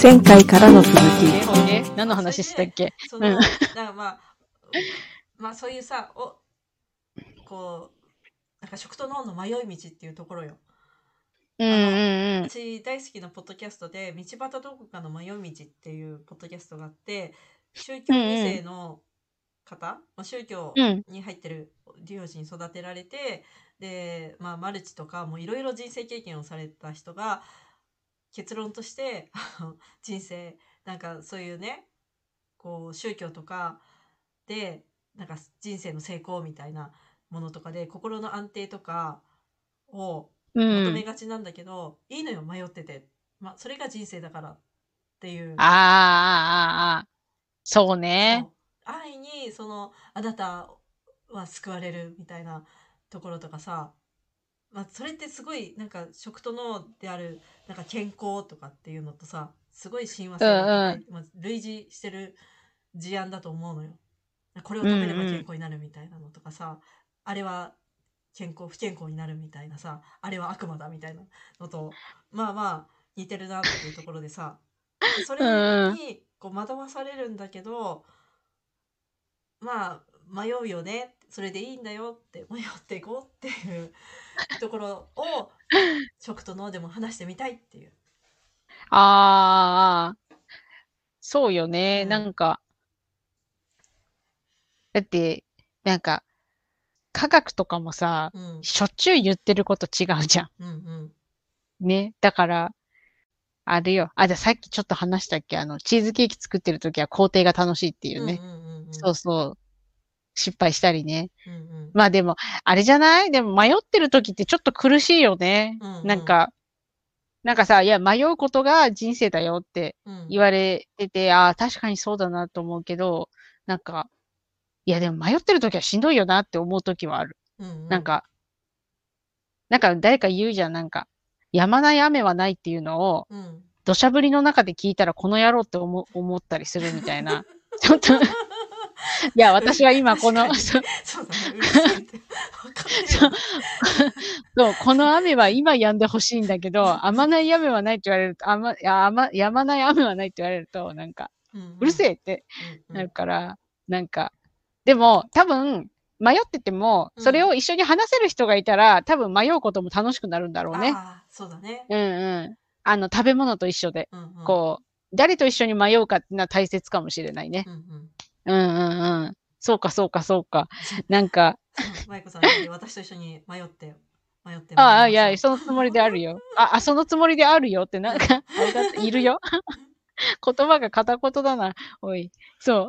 前回からの続き。 何の話したっけ？ だからまあそういうさ、こう、なんか食と脳の迷い道っていうところよ。私大好きなポッドキャストで、道端どこかの迷い道っていうポッドキャストがあって、宗教2世の方、宗教に入ってる両親に育てられて、で、まあマルチとかもいろいろ人生経験をされた人が、結論として人生なんかそういうね、こう宗教とかでなんか人生の成功みたいなものとかで心の安定とかを求めがちなんだけど、いいのよ迷ってて、それが人生だからっていう。 そうね。 安易にあなたは救われるみたいなところとかさ、それってすごいなんか食と脳であるなんか健康とかっていうのとさ、すごい親和性が高い、類似してる事案だと思うのよ。これを食べれば健康になるみたいなのとかさ、あれは不健康になるみたいなさ、あれは悪魔だみたいなのと似てるなっていうところでさ、それにこう惑わされるんだけど、迷うよね、それでいいんだよって迷っていこうっていうところを食と脳でも話してみたいっていう。 そうよね、なんかだってなんか科学とかもさ、しょっちゅう言ってること違うじゃん。ね、だからあれよ。じゃあさっきちょっと話したっけ？チーズケーキ作ってる時は工程が楽しいっていうね。そうそう。失敗したりね。まあでも、あれじゃない？でも迷ってる時ってちょっと苦しいよね。なんかさ、いや、迷うことが人生だよって言われてて、確かにそうだなと思うけど、なんか、いやでも迷ってる時はしんどいよなって思う時はある。なんか誰か言うじゃん、なんか、止まない雨はないっていうのを、土砂降りの中で聞いたらこの野郎って思ったりするみたいな。ちょっといや、私は今この、そう、この雨は今止んでほしいんだけど、止まない雨はないって言われると、止まない雨はないって言われると、なんか、うるせえってなるから、なんか、でも多分、迷ってても、それを一緒に話せる人がいたら、多分迷うことも楽しくなるんだろうね。 そうだね。 食べ物と一緒で、こう、誰と一緒に迷うかっていうのは大切かもしれないね。そうか。なんか。 マイコさん、私と一緒に迷って。 いや、そのつもりであるよ。そのつもりであるよって、なんか、あれだって、いるよ。言葉が片言だな。おい。そう、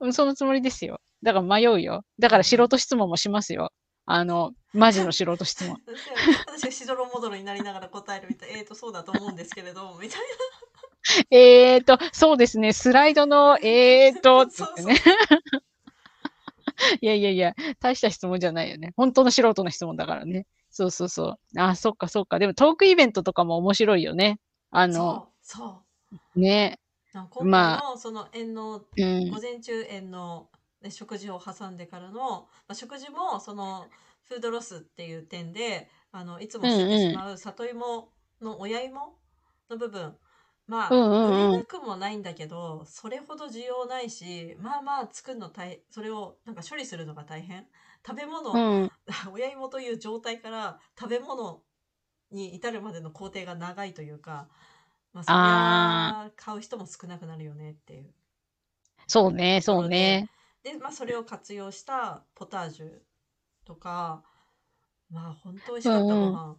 そのつもりですよ。だから迷うよ。だから素人質問もしますよ。マジの素人質問。 私がしどろもどろになりながら答えるみたい。そうだと思うんですけれど、みたいな。そうですね。スライドの、って言ってね。いや、大した質問じゃないよね。本当の素人の質問だからね。そう。そっか。でもトークイベントとかも面白いよね。 そう。 ね。 今回のその午前中園の食事を挟んでからの、食事もそのフードロスっていう点でいつも捨ててしまう里芋の親芋の部分、売れなくもないんだけど、それほど需要ないし、作るのそれをなんか処理するのが大変。食べ物、親芋という状態から食べ物に至るまでの工程が長いというか、そりゃ買う人も少なくなるよねっていう。 そうね。 で、それを活用したポタージュとか、本当美味しかった、ご飯。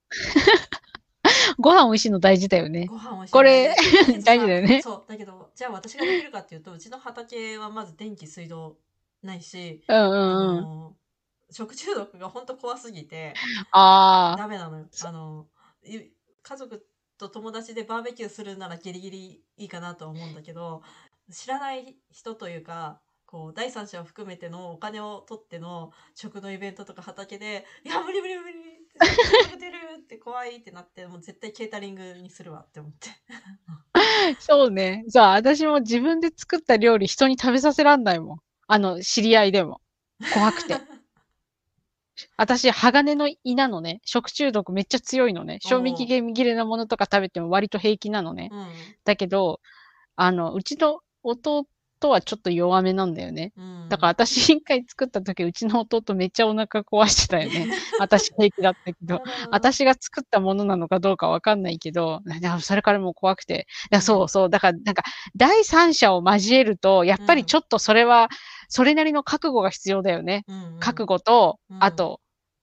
ご飯美味しいの大事だよね。 ご飯美味しい。 これ、大事だよね。 そう。だけど、じゃあ私ができるかっていうと、うちの畑はまず電気、水道ないし、食中毒が本当怖すぎて、ダメなのよ。家族と友達でバーベキューするならギリギリいいかなとは思うんだけど、知らない人というか、こう第三者を含めてのお金を取っての食のイベントとか畑で、いや無理出るって怖いってなって、もう絶対ケータリングにするわって思って。 そうね。私も自分で作った料理人に食べさせらんないもん。知り合いでも。怖くて。 私、鋼の胃なのね。食中毒めっちゃ強いのね。賞味期限切れなものとか食べても割と平気なのね。だけど、うちの弟はちょっと弱めなんだよね。だから私一回作った時、うちの弟めっちゃお腹壊してたよね。私平気だったけど、私が作ったものなのかどうかわかんないけど、それからもう怖くて。そうそう。だから、なんか、第三者を交えると、やっぱりちょっとそれは、それなりの覚悟が必要だよね。覚悟と、あと、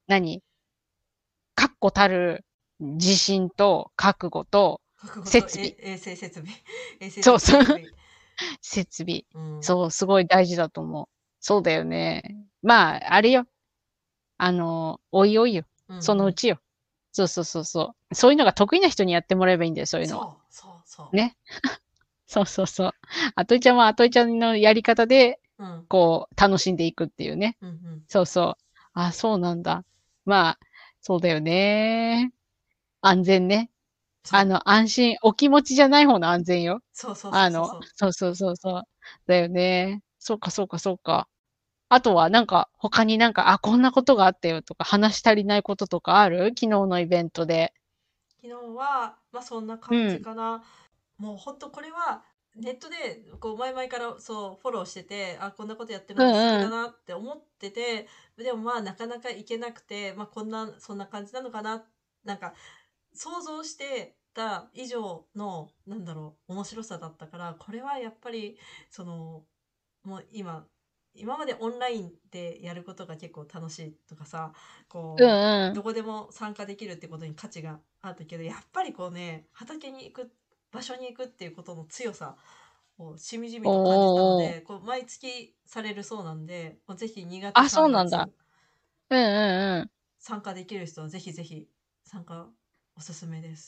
確固たる自信と覚悟と設備。 衛生設備。 そうそう。設備。そう、すごい大事だと思う。そうだよね。まあ、あれよ。おいおいよ。そのうちよ。そうそうそうそう。そういうのが得意な人にやってもらえばいいんだよ、そういうのは。 そうそう。 ね。そうそうそう。あといちゃんはあといちゃんのやり方で、こう、楽しんでいくっていうね。そうそう。あ、そうなんだ。まあ、そうだよね。安全ね。安心、お気持ちじゃない方の安全よ。 そうそうそうそう。 そうそうそうそう。だよね。そうかそうかそうか。あとは、なんか、他になんか、こんなことがあったよとか、話し足りないこととかある？昨日のイベントで。 昨日は、まあそんな感じかな。もうほんとこれは、ネットで、こう、前々からそう、フォローしてて、こんなことやってるの素敵だなって思ってて、でもまあなかなかいけなくて、まあそんな感じなのかな。なんか、想像してた以上の、なんだろう、面白さだったから、これはやっぱり、もう今までオンラインでやることが結構楽しいとかさ、どこでも参加できるってことに価値があったけど、やっぱりこうね、畑に行く、場所に行くっていうことの強さをしみじみと感じたので、毎月されるそうなんで、ぜひ2月そう 3 なんだ。 月参加できる人はぜひぜひ参加おすすめです。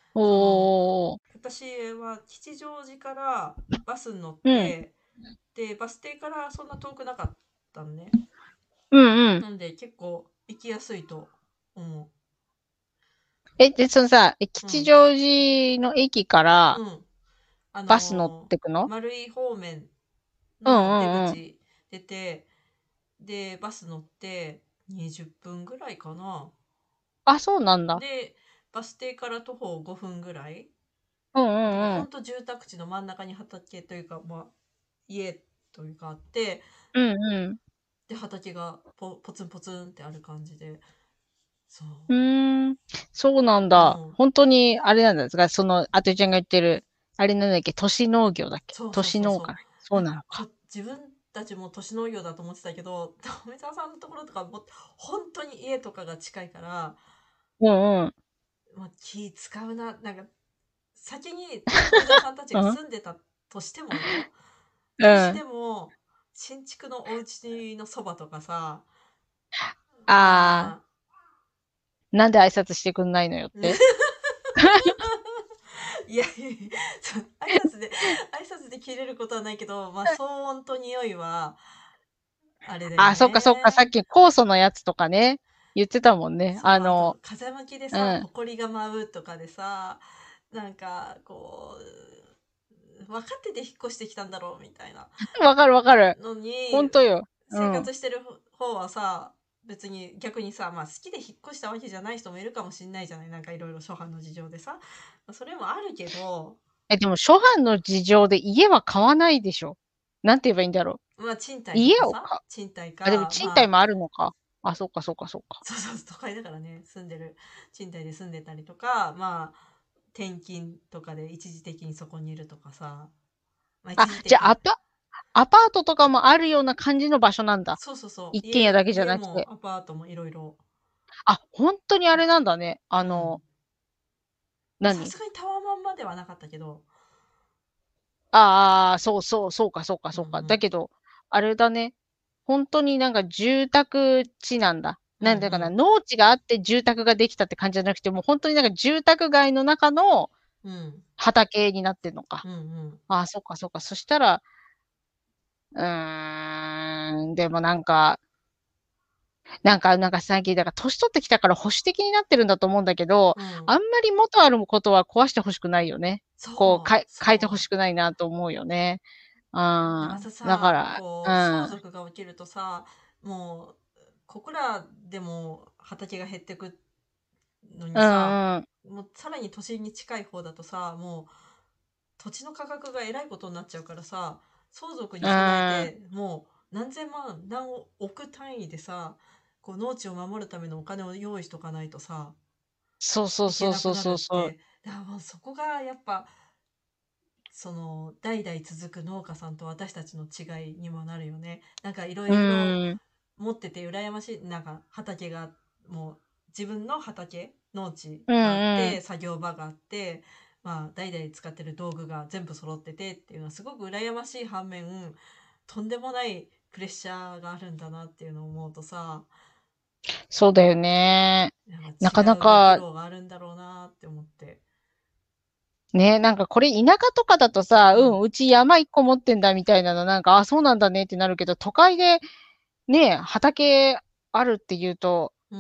私は吉祥寺からバスに乗って、で、バス停からそんな遠くなかったんね。なんで結構行きやすいと思う。 で、そのさ、吉祥寺の駅から、バス乗ってくの？ 丸井方面の出口出て、で、バス乗って20分ぐらいかな。 そうなんだ。 で、バス停から徒歩5分ぐらい。ほんと住宅地の真ん中に畑というか、まあ、家というかあって、で、畑がポツンポツンってある感じで。そう。 そうなんだ。本当に、あれなんですか、あとちゃんが言ってる、あれなんだっけ、都市農業だっけ？都市農家。そうなのか。 自分たちも都市農業だと思ってたけど、富澤さんのところとかも、本当に家とかが近いから、まあ、気使うな。なんか、先に富澤さんたちが住んでたとしてもよ。としても、新築のお家のそばとかさ、 なんで挨拶してくんないのよって。 いやいやいや、挨拶で切れることはないけど、まあ、騒音と匂いは、あれだよね。 そっかそっか、さっき酵素のやつとかね、言ってたもんね。 風向きでさ、埃が舞うとかでさ、なんか、分かってて引っ越してきたんだろうみたいな。 わかるわかる。 のに、 本当よ。 生活してる方はさ、別に逆にさ、まあ好きで引っ越したわけじゃない人もいるかもしんないじゃない。なんかいろいろ諸般の事情でさ。それもあるけど。 でも諸般の事情で家は買わないでしょ。なんて言えばいいんだろう。まあ賃貸家を買う。 賃貸か。 でも賃貸もあるのか。そっかそっかそっか。 そうそう、都会だからね、賃貸で住んでたりとか、まあ、転勤とかで一時的にそこにいるとかさ。 じゃあアパートとかもあるような感じの場所なんだ。 そうそうそう。 一軒家だけじゃなくて。 家もアパートもいろいろ。 本当にあれなんだね。 さすがにタワマンまではなかったけど。 そうかそうかそうか。だけど、あれだね。本当になんか住宅地なんだ。なんだかな、農地があって住宅ができたって感じじゃなくて、もう本当になんか住宅街の中の畑になってんのか。そっかそっか。そしたら、でもなんか最近、だから年取ってきたから保守的になってるんだと思うんだけど、あんまり元あることは壊してほしくないよね。変えてほしくないなと思うよね。 またさ、相続が起きるとさ、もう、 ここらでも畑が減ってくのにうさ、 んうん。 もうさらに都心に近い方だとさ、もう土地の価格がえらいことになっちゃうからさ、相続に備えて、もう何千万、何億単位でさ、こう農地を守るためのお金を用意しとかないとさ、 そうそういけそうそうなくなるそうそう。 って、だからもうそこがやっぱ、その代々続く農家さんと私たちの違いにもなるよね。なんかいろういろん。 持ってて羨ましい、なんか畑が、もう自分の畑、農地うんがあっうん。 て、作業場があって、まあ代々使ってる道具が全部揃っててっていうのはすごく羨ましい反面、とんでもないプレッシャーがあるんだなっていうのを思うとさ、 そうだよね。 やっぱなかな違うご苦か、 労があるんだろうなって思って。 ね、なんかこれ田舎とかだとさ、 うん。 うち山一個持ってんだみたいなの、なんか、あ、そうなんだねってなるけど、都会でね、畑あるっていうと、 うん。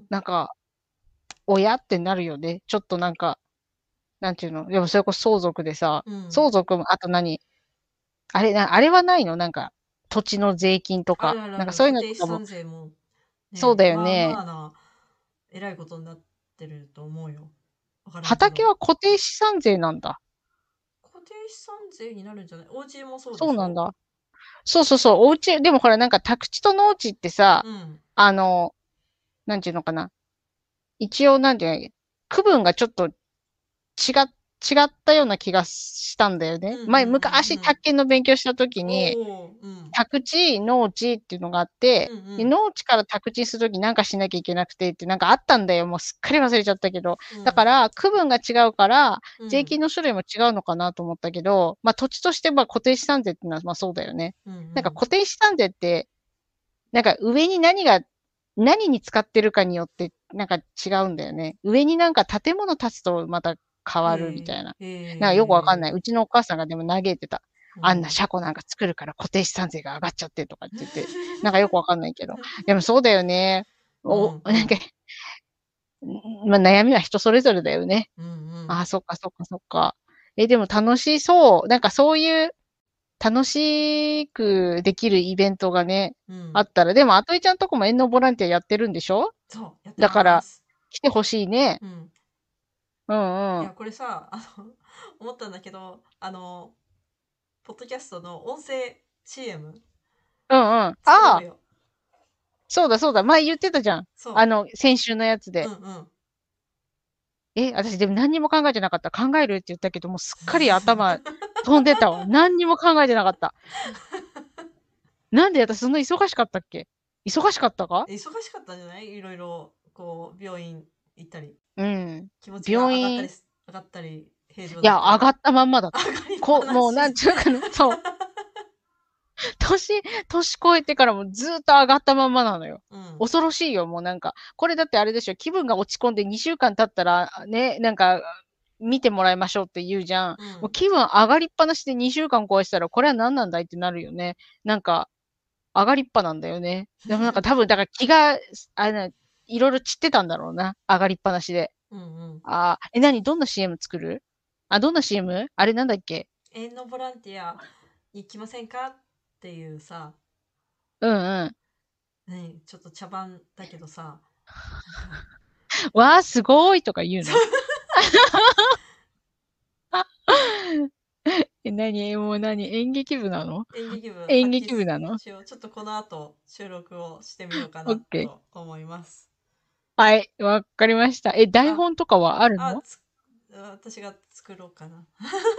なんか、親ってなるよね。ちょっとなんか、なんていうの、でもそれこそ相続でさ、 うん。 相続も、あとあれはないのなんか、土地の税金とか。 あるあるある。 なんかそういう固定資のとかも、 産税もね、 そうだよまあまね。 あな、えらいことになってると思うよ。わからんけど。 畑は固定資産税なんだ。 固定資産税になるんじゃない？お家もそうでしょ？ そうなんだ。そうそうそう、お家、でもほらなんか宅地と農地ってさ、 うん。 あの、なんていうのかな。一応なんていうの、区分がちょっと違ったような気がしたんだよね。 うんうんうん昔、 うん。 宅建の勉強したときに、 おお、うん。 宅地、農地っていうのがあって、でうんうん。 農地から宅地にするときなんかしなきゃいけなくてってなんかあったんだよ。もうすっかり忘れちゃったけど。 うん。 だから、区分が違うから、 うん。 税金の種類も違うのかなと思ったけど、まあ土地としてまあ固定資産税っていうのはまあそうだよね。 うんうなんかん。 固定資産税って、なんか上に何に使ってるかによって、なんか違うんだよね。上になんか建物建つとまた変わるみたいな。なんかよくわかんない。うちのお母さんがでも嘆いてた。あんなうん。 車庫なんか作るから固定資産税が上がっちゃってとかって言って、なんかよくわかんないけど。でもそうだよね。 うんうなんか、 ん。 まあ悩みは人それぞれだよね。 うんうん。 ああ、そっかそっかそっか。でも楽しそう。なんかそういう楽しくできるイベントがね、 うん。 あったら、でも、あといちゃんとこも遠農ボランティアやってるんでしょ？ そう、やってだから、 ます。 来てほしいね。 うん。 うんうん。 いや、これさ、思ったんだけど、ポッドキャストの音声 CM うんうん。ああ、 作ろうよ。 そうだそうだ。前言ってたじゃん。 そ先週のやつう。うで。 んうん。 私でも何にも考えてなかった。考えるって言ったけど、もうすっかり頭飛んでたわ。何にも考えてなかった。なんで私そんな忙しかったっけ？忙しかったか？ 忙しかったんじゃない？いろいろ、こう、病院行ったり、 うん。 気持ちが病院、 上がったり、平常いや、 だったり。 上がったまんまだった。 上がりっぱなもう、なし。 んちゅうかな。そう。年越えてからもずっと上がったまんまなのよ。 うん。 恐ろしいよ、もうなんか。これだってあれでしょ、気分が落ち込んで2週間経ったら、ね、なんか、見てもらいましょうって言うじゃん。 うん。 もう気分上がりっぱなしで2週間超えてたら、これは何なんだいってなるよね。なんか、上がりっぱなんだよね。でもなんか多分、だから気が、あれな、いろいろ散ってたんだろうな。上がりっぱなしで。 うんうん。 どんな CM 作る？どんな CM？ あれなんだっけ？ 園のボランティアに来ませんかっていうさ、 うんうん。 ね、ちょっと茶番だけどさ、なんか、 わー、すごいとか言うの？もう演劇部なの？ 演劇部演発揮劇部なの？ しよう。ちょっとこの後収録をしてみようかなオッケー。 と思います。 はい、わかりました。台あ、 本とかはあるあ、 の？ 私が作ろうかな。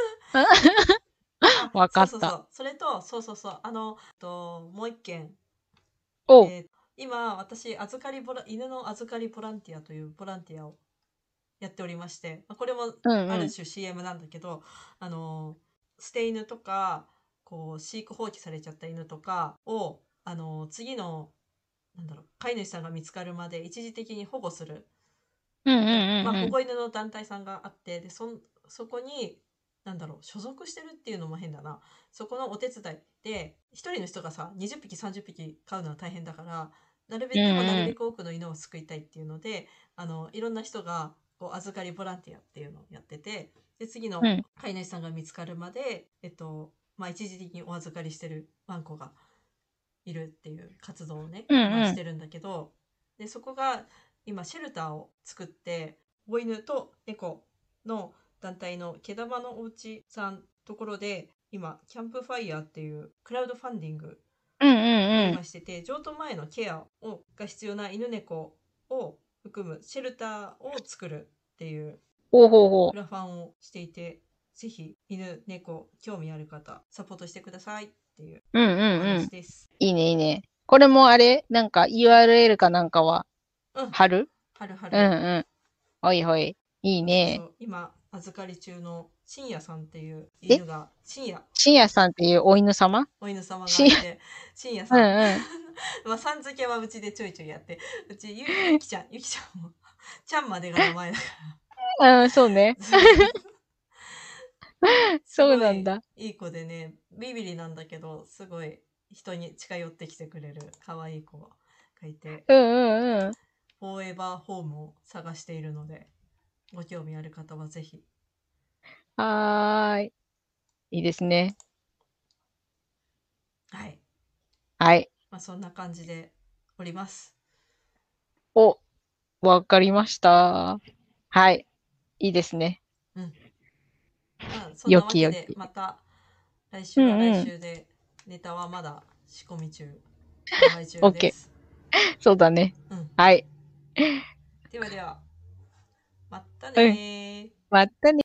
あ、 わかった。 そうそうそう。それと、そうそうそう。もう一件。 おう。 今、私、犬の預かりボランティアというボランティアをやっておりまして、まあこれもうんうん。 ある種 CM なんだけど、あの、捨て犬とか、こう、飼育放棄されちゃった犬とかを、次の、なんだろう、飼い主さんが見つかるまで一時的に保護する。 うんうんまあ、 うんうん。 保護犬の団体さんがあって、で、そこに、なんだろう、所属してるっていうのも変だな。そこのお手伝いで、一人の人がさ、20匹、30匹飼うのは大変だから、 うんなるうん。 べく多くの犬を救いたいっていうので、いろんな人が、こう、預かりボランティアっていうのをやってて、で、次のうん。 飼い主さんが見つかるまで、まあ、一時的にお預かりしてるワンコがいるっていう活動をね、 うん今してうん。 るんだけど、で、そこが今シェルターを作って、子犬と猫の団体の毛玉のおうちさんところで、今、キャンプファイヤーっていうクラウドファンディングうんうをんうん。 今してて、譲渡前のケアが必要な犬猫を含むシェルターを作るっていうほうほうほう。 クラファンをしていて、ぜひ犬猫興味ある方サポートしてくださいっていううんうおんうん。 話です。 いいねいいね。これもあれなんか URL かなんかはうん、 貼る？うんうはるはる。 ん。ほいほい。いいね。 そうそうそう。今預かり中の深夜さんっていうえ、 犬が、深夜深夜さんっていうお犬様？ お犬様が深夜、 いて、深夜うんさん。 うん。 まあ、さん付けはうちでちょいちょいやって、うちゆきちゃん、ゆきちゃんも、ちゃんまでが名前だかうん、そうね。 ら。そうそうそう。すごいそうなんだ。 いい子でね、ビビリなんだけど、すごい人に近寄ってきてくれる可愛い子がいて、 うんうんうん。 フォーエバーホームを探しているので、ご興味ある方はぜひ。 はーい。いいですね。 はい。 はい。 まあ、そんな感じでおります。 お、わかりました。はい。いいですね。 うん。まあ、そんよなわけで、 きよき。 また来週は来うんうん。 週で、ネタはまだ仕込み中、考え中で OK。 す。 そうだね。 うん。 はい。 ではでは、またねうん。 ー。 またね。